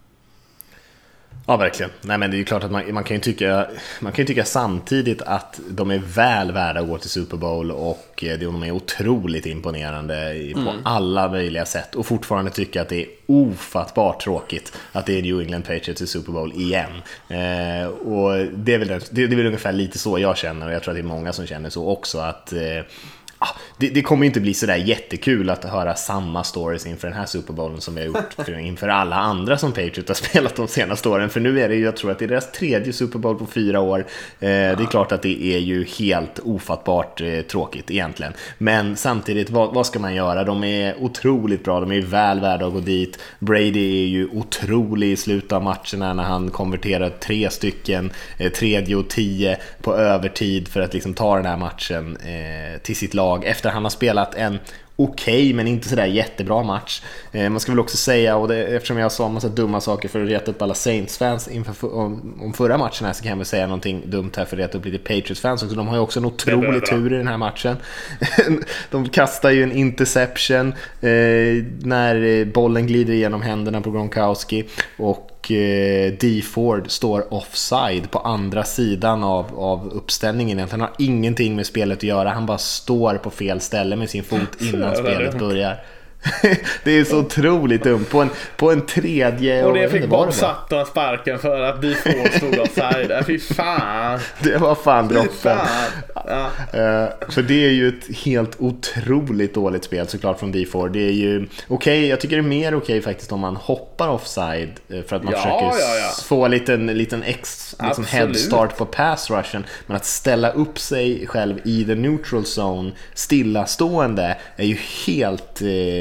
Ja, verkligen. Nej, men det är ju klart att man kan ju tycka samtidigt att de är väl värda att gå till Super Bowl, och de är otroligt imponerande på alla möjliga sätt, och fortfarande tycka att det är ofattbart tråkigt att det är New England Patriots i Super Bowl igen. Och det är väl ungefär lite så jag känner, och jag tror att det är många som känner så också, att det kommer inte bli så där jättekul att höra samma stories inför den här Super Bowlen som vi har gjort inför alla andra som Patriots har spelat de senaste åren. För nu är det ju, jag tror att det är deras 3:e Super Bowl på 4 år. Det är klart att det är ju helt ofattbart tråkigt egentligen. Men samtidigt, vad ska man göra? De är otroligt bra, de är väl värda att gå dit. Brady är ju otrolig i slutet av matcherna när han konverterar 3 stycken 3:e och 10 på övertid för att liksom ta den här matchen till sitt lag efter han har spelat en okej, men inte sådär jättebra match. Man ska väl också säga, och eftersom jag sa en massa dumma saker för att reta upp alla Saints-fans om förra matchen här, så kan jag väl säga någonting dumt här för att reta upp lite Patriots-fans också. De har ju också en otrolig tur i den här matchen. De kastar ju en interception när bollen glider igenom händerna på Gronkowski, och D. Ford står offside på andra sidan av uppställningen. Han har ingenting med spelet att göra. Han bara står på fel ställe med sin fot innan spelet börjar. Det är så otroligt dumt på en tredje. Och det fick Bob Sutton sparken för att D. Ford stod offside. Fy fan. Det var fan droppen. Ja. För det är ju ett helt otroligt dåligt spel såklart från D. Ford. Det är ju okej, jag tycker det är mer okej faktiskt om man hoppar offside, för att man försöker få en liten liksom headstart på pass rushen. Men att ställa upp sig själv i the neutral zone stillastående är ju helt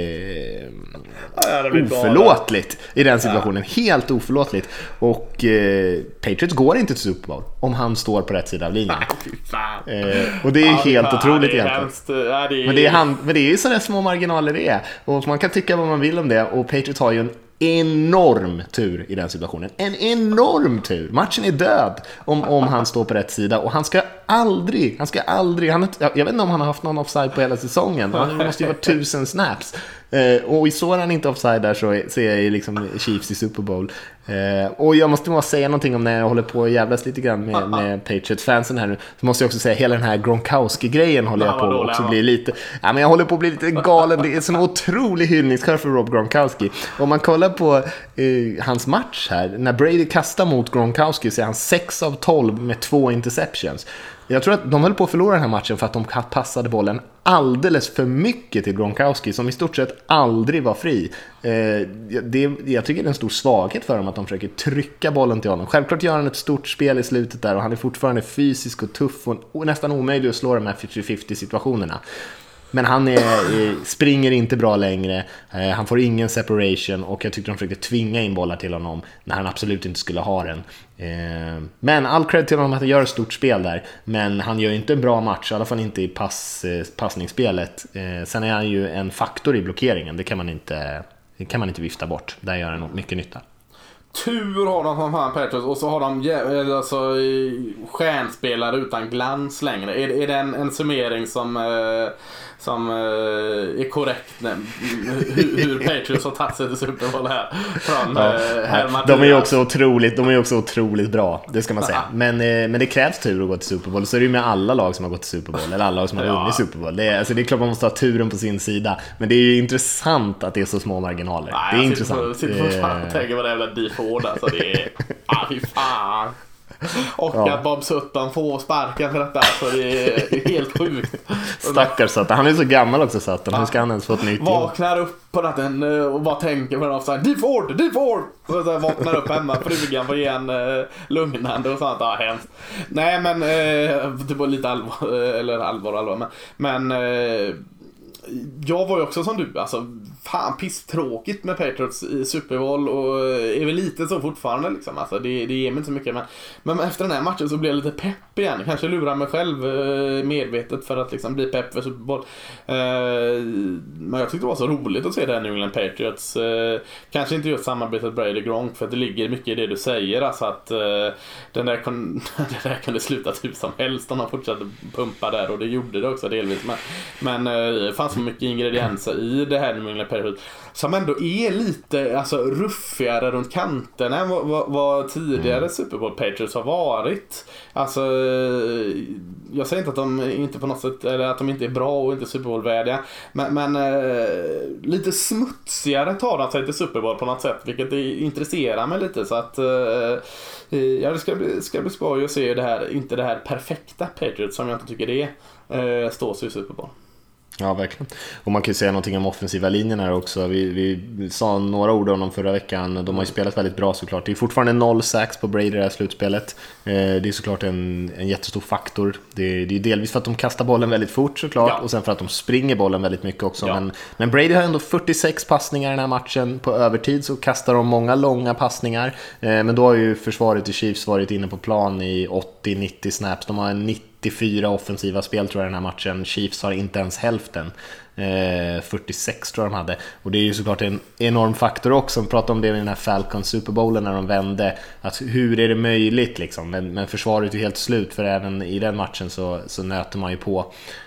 oförlåtligt i den situationen. Helt oförlåtligt. Och Patriots går inte till Super Bowl om han står på rätt sida av linjen. Och det är helt otroligt egentligen. Men det är ju sådana små marginaler det är. Och man kan tycka vad man vill om det. Och Patriots har ju en enorm tur i den situationen. En enorm tur. Matchen är död om han står på rätt sida, och han ska aldrig jag vet inte om han har haft någon offside på hela säsongen. Det måste ju vara 1000 snaps. Och i så är han inte offside där, så är jag liksom Chiefs i Super Bowl. Och jag måste säga någonting om när jag håller på att jävlas lite grann med Patriots-fansen här nu. Så måste jag också säga, hela den här Gronkowski-grejen håller jag på också bli lite... Ja, men jag håller på att bli lite galen. Det är en sån otrolig hyllningskör för Rob Gronkowski. Om man kollar på hans match här, när Brady kastar mot Gronkowski, så är han 6 av 12 med 2 interceptions. Jag tror att de höll på att förlora den här matchen för att de passade bollen alldeles för mycket till Gronkowski, som i stort sett aldrig var fri. Jag tycker det är en stor svaghet för dem att de försöker trycka bollen till honom. Självklart gör han ett stort spel i slutet där, och han är fortfarande fysisk och tuff och nästan omöjlig att slå de här 50-50 situationerna. Men han springer inte bra längre. Han får ingen separation, och jag tyckte de försökte tvinga in bollar till honom när han absolut inte skulle ha den. Men all cred till honom att han gör ett stort spel där. Men han gör inte en bra match, i alla fall inte i passningsspelet. Sen är han ju en faktor i blockeringen. Det kan man inte vifta bort. Där gör han nog mycket nytta. Tur har de som fan Patriots, och så har de alltså stjärnspelare utan glans längre. Är det en summering som är korrekt hur Patriots har tagit sig till Super Bowl här från de är ju också otroligt bra, det ska man säga. Men det krävs tur att gå till Super Bowl. Så är det ju med alla lag som har gått till Super Bowl, eller alla lag som har vunnit Super Bowl. Det är klart man måste ha turen på sin sida. Men det är ju intressant att det är så små marginaler. Det är intressant. Tänker vad det jävla D4 alltså, det är fy fan. Och att Bob Sutton får sparken för detta, så det är helt sjukt. Stackars Sutton, han är så gammal också, Sutton. Hur ska han ens få ett nytt jobb? Vaknar upp på natten och bara tänker på den offside. D4! Och så vaknar upp hemma, frugan får ge en lugnande och sånt. Hemskt. Nej, men det var lite allvar, men Jag var ju också som du, alltså fan pisstråkigt med Patriots i Super Bowl och är väl lite så fortfarande liksom. Alltså det ger mig inte så mycket, men efter den här matchen så blev jag lite pepp igen. Kanske lurar mig själv medvetet för att liksom bli pepp för Super Bowl. Men jag tyckte det var så roligt att se det här New England Patriots. Kanske inte just samarbetet Brady Gronk, för att det ligger mycket i det du säger, alltså att den där kunde sluta typ som helst om man fortsatte pumpa där, och det gjorde det också delvis, men det fanns så mycket ingredienser i det här New England Patriots som ändå är lite alltså ruffigare runt kanterna än vad tidigare Super Bowl Patriots har varit. Alltså jag säger inte att de inte på något sätt, eller att de inte är bra och inte Super Bowl-värdiga, men lite smutsigare tar de sig till Super Bowl på något sätt, vilket intresserar mig lite, så att det ska bli skoj att se det här, inte det här perfekta Patriots som jag inte tycker det är, står sig i Super Bowl. Ja, verkligen. Och man kan ju säga någonting om offensiva linjen här också. Vi sa några ord om dem förra veckan. De har ju spelat väldigt bra såklart. Det är fortfarande 0 sacks på Brady i det här slutspelet. Det är såklart en jättestor faktor. Det är delvis för att de kastar bollen väldigt fort såklart, ja. Och sen för att de springer bollen väldigt mycket också, ja. Men Brady har ändå 46 passningar i den här matchen. På övertid så kastar de många långa passningar, men då har ju försvaret i Chiefs varit inne på plan i 80-90 snaps. De har en 94 offensiva spel tror jag den här matchen. Chiefs har inte ens hälften. 46 tror jag de hade. Och det är ju såklart en enorm faktor också. Vi pratade om det i den här Falcon Super Bowlen när de vände. Att hur är det möjligt liksom? Men försvaret är ju helt slut, för även i den matchen så nöter man ju på.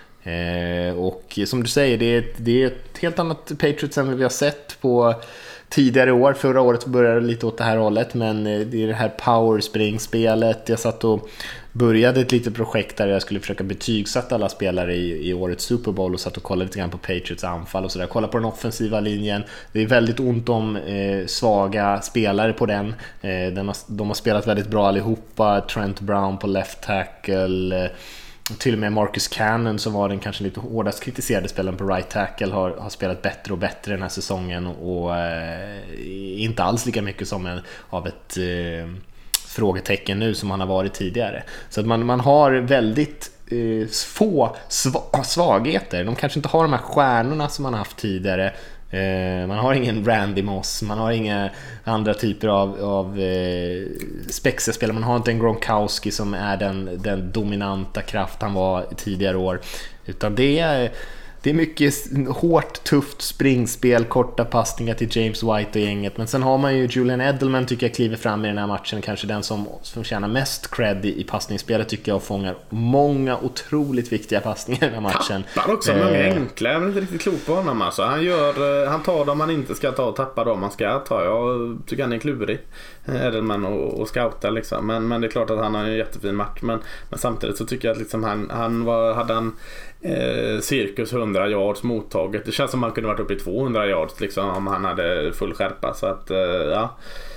Och som du säger, det är ett helt annat Patriots än vi har sett på tidigare år. Förra året började det lite åt det här hållet, men det är det här powerspring-spelet. Jag satt och började ett litet projekt där jag skulle försöka betygsätta alla spelare i årets Super Bowl, och satt och kollade lite grann på Patriots anfall och sådär. Kolla på den offensiva linjen. Det är väldigt ont om svaga spelare på den. De har spelat väldigt bra allihopa. Trent Brown på left tackle, till och med Marcus Cannon, som var den kanske lite hårdast kritiserade spelaren på right tackle, har spelat bättre och bättre den här säsongen, och inte alls lika mycket som av ett frågetecken nu som han har varit tidigare. Så att man har väldigt få svagheter. De kanske inte har de här stjärnorna som man har haft tidigare. Man har ingen Randy Moss, man har inga andra typer av spexiga spelare. Man har inte en Gronkowski som är den dominanta kraft han var tidigare år, utan det är mycket hårt, tufft springspel, korta passningar till James White och gänget. Men sen har man ju Julian Edelman, tycker jag kliver fram i den här matchen, kanske den som tjänar mest cred i passningsspelet, tycker jag, och fångar många otroligt viktiga passningar i den här matchen. Tappar också många enkla, jag är inte riktigt klok på honom alltså. Han tar dem man inte ska ta och tappar dem man ska ta. Jag tycker han är klurig, Edelman, och scouta liksom. Men det är klart att han har en jättefin match, men samtidigt så tycker jag att liksom hade han cirkus 100 yards mottaget. Det känns som han kunde varit uppe i 200 yards liksom, om han hade full skärpa. Så att ja,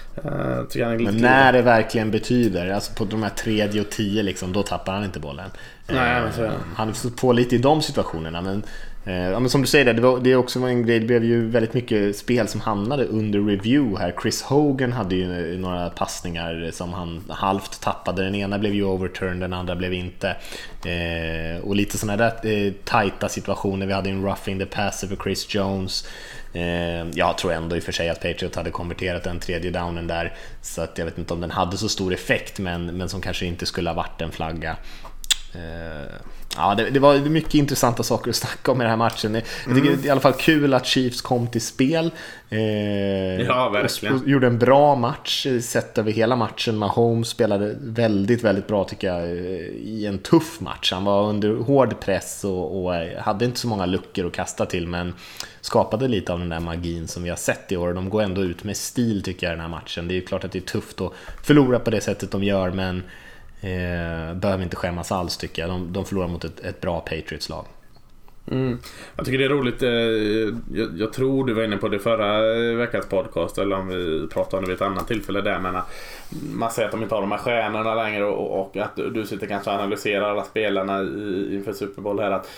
men när det verkligen betyder, alltså på de här 3:e och 10 liksom, då tappar han inte bollen. Han har fått på lite i de situationerna, men som du säger, det är också en grej. Det blev ju väldigt mycket spel som hamnade under review här. Chris Hogan hade ju några passningar som han halvt tappade. Den ena blev ju overturned, den andra blev inte. Och lite sådana där tajta situationer. Vi hade en roughing the passer för Chris Jones. Jag tror ändå i och för sig att Patriots hade konverterat den 3:e downen där, så att jag vet inte om den hade så stor effekt, men som kanske inte skulle ha varit en flagga. Ja, det var mycket intressanta saker att snacka om i den här matchen. Jag tycker det är i alla fall kul att Chiefs kom till spel. Ja, verkligen. Och gjorde en bra match sett över hela matchen. Mahomes spelade väldigt, väldigt bra tycker jag i en tuff match. Han var under hård press och hade inte så många luckor att kasta till, men skapade lite av den där magin som vi har sett i år. De går ändå ut med stil tycker jag i den här matchen. Det är ju klart att det är tufft att förlora på det sättet de gör, men behöver inte skämmas alls tycker jag. De förlorar mot ett bra Patriots-lag. Jag tycker det är roligt. Jag tror du var inne på det förra veckans podcast, eller om vi pratade om det vid ett annat tillfälle där, men man säger att de inte har de här stjärnorna längre, och att du sitter kanske och analyserar alla spelarna inför Super Bowl här, att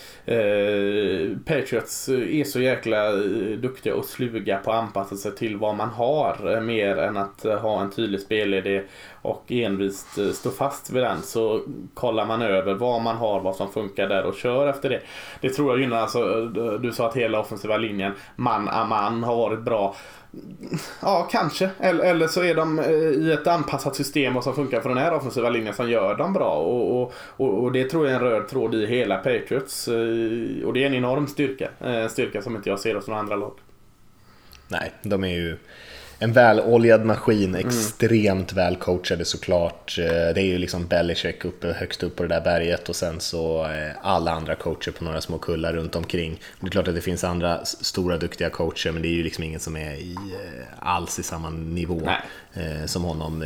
Patriots är så jäkla duktiga och sluga på att anpassa sig till vad man har, mer än att ha en tydlig spelidé och envist stå fast vid den. Så kollar man över vad man har, vad som funkar där, och kör efter det. Det tror jag gynnar. Alltså, du sa att hela offensiva linjen man har varit bra. Ja, kanske. Eller så är de i ett anpassat system som funkar för den här offensiva linjen som gör dem bra. Och det tror jag är en röd tråd i hela Patriots. Och det är en enorm styrka som inte jag ser hos några andra lag. Nej, de är ju en väloljad maskin, extremt välcoachade såklart. Det är ju liksom Belichick högst upp på det där berget och sen så alla andra coacher på några små kullar runt omkring. Det är klart att det finns andra stora duktiga coacher, men det är ju liksom ingen som är alls i samma nivå som honom.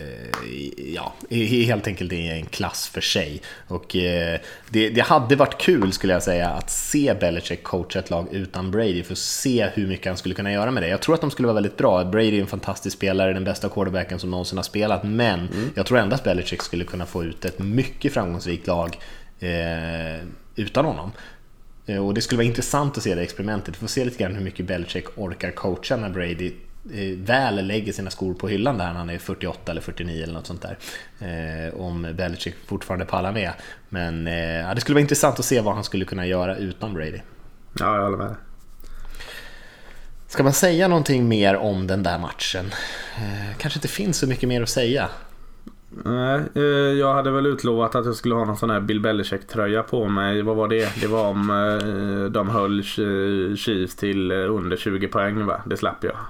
Ja, helt enkelt är en klass för sig. Och det hade varit kul, skulle jag säga, att se Belichick coacha ett lag utan Brady för att se hur mycket han skulle kunna göra med det. Jag tror att de skulle vara väldigt bra. Brady är en fantastisk spelare, den bästa quarterbacken som någonsin har spelat, men jag tror ändå att Belichick skulle kunna få ut ett mycket framgångsrikt lag utan honom. Och det skulle vara intressant att se det experimentet. Vi får se lite grann hur mycket Belichick orkar coacha när Brady väl lägger sina skor på hyllan där han är 48 eller 49 eller något sånt där. Om Belichick fortfarande pallar med. Men det skulle vara intressant att se vad han skulle kunna göra utan Brady. Ja, jag håller med. Ska man säga någonting mer om den där matchen? Kanske inte finns så mycket mer att säga. Nej, jag hade väl utlovat att jag skulle ha någon sån här Bill Belichick-tröja på mig. Vad var det? Det var om de höll Chiefs till under 20 poäng, va? Det slapp jag.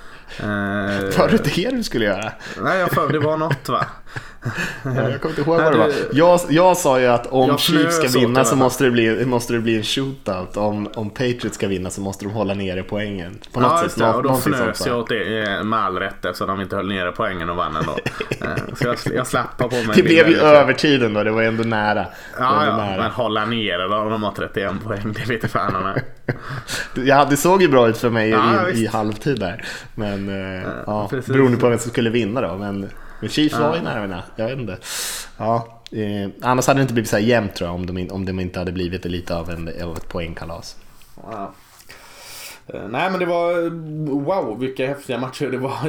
Var det du skulle göra? Nej, det var något, va? Jag kommer inte ihåg vad det var. Jag sa ju att om Chiefs ska vinna så måste det bli en shootout. Om Patriots ska vinna så måste de hålla nere poängen på något sätt. Och då fnös jag åt det med all rätt, så de inte höll nere poängen och vann ändå. Så jag slappar på mig. Det blev ju övertiden då, det var ändå nära. Men hålla nere då, de har 31 poäng, det vet fan om det såg ju bra ut för mig i halvtid där. Men beroende på vem som skulle vinna då. Men Chiefs var ju nära, jag vet inte. Ja, annars hade det inte blivit så här jämnt, tror jag, om de inte hade blivit lite av ett poängkalas. Ja. Nej, men det var wow, vilka häftiga matcher det var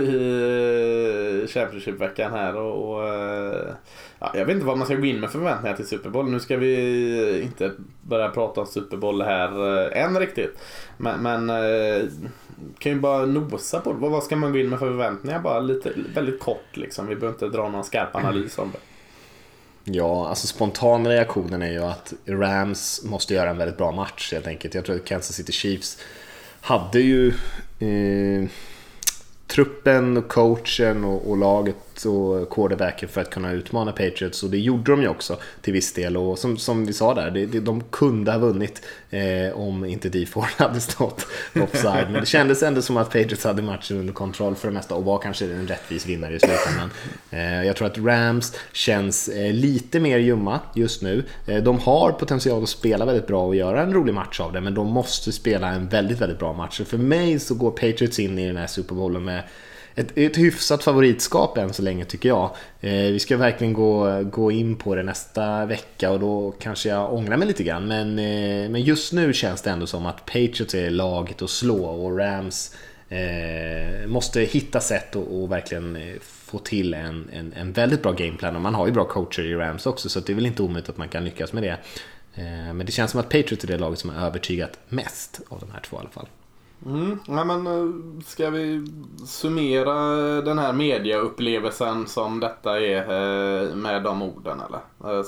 i Championship-veckan här och jag vet inte vad man ska gå in med förväntningar till Super Bowl. Nu ska vi inte börja prata om Super Bowl här än riktigt, men kan ju bara nosa på det. Vad ska man gå in med förväntningar? Bara lite, väldigt kort liksom. Vi behöver inte dra någon skarp analys om det. Ja, alltså spontana reaktionen är ju att Rams måste göra en väldigt bra match, helt enkelt. Jag tror att Kansas City Chiefs hade ju truppen och coachen och laget och quarterbacken för att kunna utmana Patriots, och det gjorde de ju också till viss del, och som vi sa där, de kunde ha vunnit om inte D4 hade stått offside, men det kändes ändå som att Patriots hade matchen under kontroll för det mesta och var kanske en rättvis vinnare i slutändan. Jag tror att Rams känns lite mer ljumma just nu. De har potential att spela väldigt bra och göra en rolig match av det, men de måste spela en väldigt, väldigt bra match. För mig så går Patriots in i den här Super Bowlen med ett hyfsat favoritskap än så länge, tycker jag. Vi ska verkligen gå in på det nästa vecka och då kanske jag ångrar mig lite grann, men just nu känns det ändå som att Patriots är laget att slå, och Rams måste hitta sätt och verkligen få till en väldigt bra gameplan, och man har ju bra coacher i Rams också, så det är väl inte omöjligt att man kan lyckas med det. Men det känns som att Patriots är det laget som har övertygat mest av de här två i alla fall. Ja, men ska vi summera den här mediaupplevelsen som detta är med de orden, eller?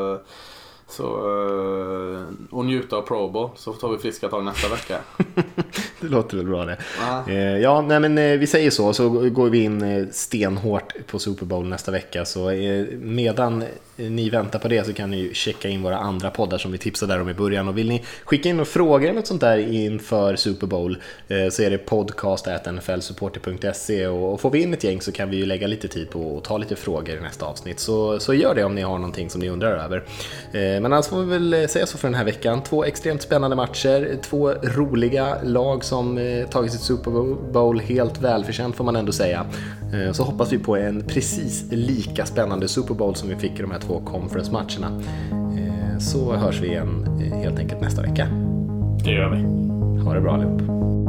Och njuta av Pro Bowl, så tar vi friska tag nästa vecka. Det låter väl bra det. Ja, nej, men vi säger så går vi in stenhårt på Super Bowl nästa vecka. Så medan ni väntar på det så kan ni ju checka in våra andra poddar som vi tipsade om i början. Och vill ni skicka in några frågor eller något sånt där inför Super Bowl, så är det podcast@nflsupporter.se, och får vi in ett gäng så kan vi ju lägga lite tid på att ta lite frågor i nästa avsnitt. Så gör det om ni har någonting som ni undrar över. Men annars får vi väl säga så för den här veckan. 2 extremt spännande matcher, 2 roliga lag som tagit sitt Super Bowl helt välförtjänt, får man ändå säga. Så hoppas vi på en precis lika spännande Super Bowl som vi fick i de här 2 conference-matcherna. Så hörs vi igen helt enkelt nästa vecka. Det gör vi. Ha det bra allihop.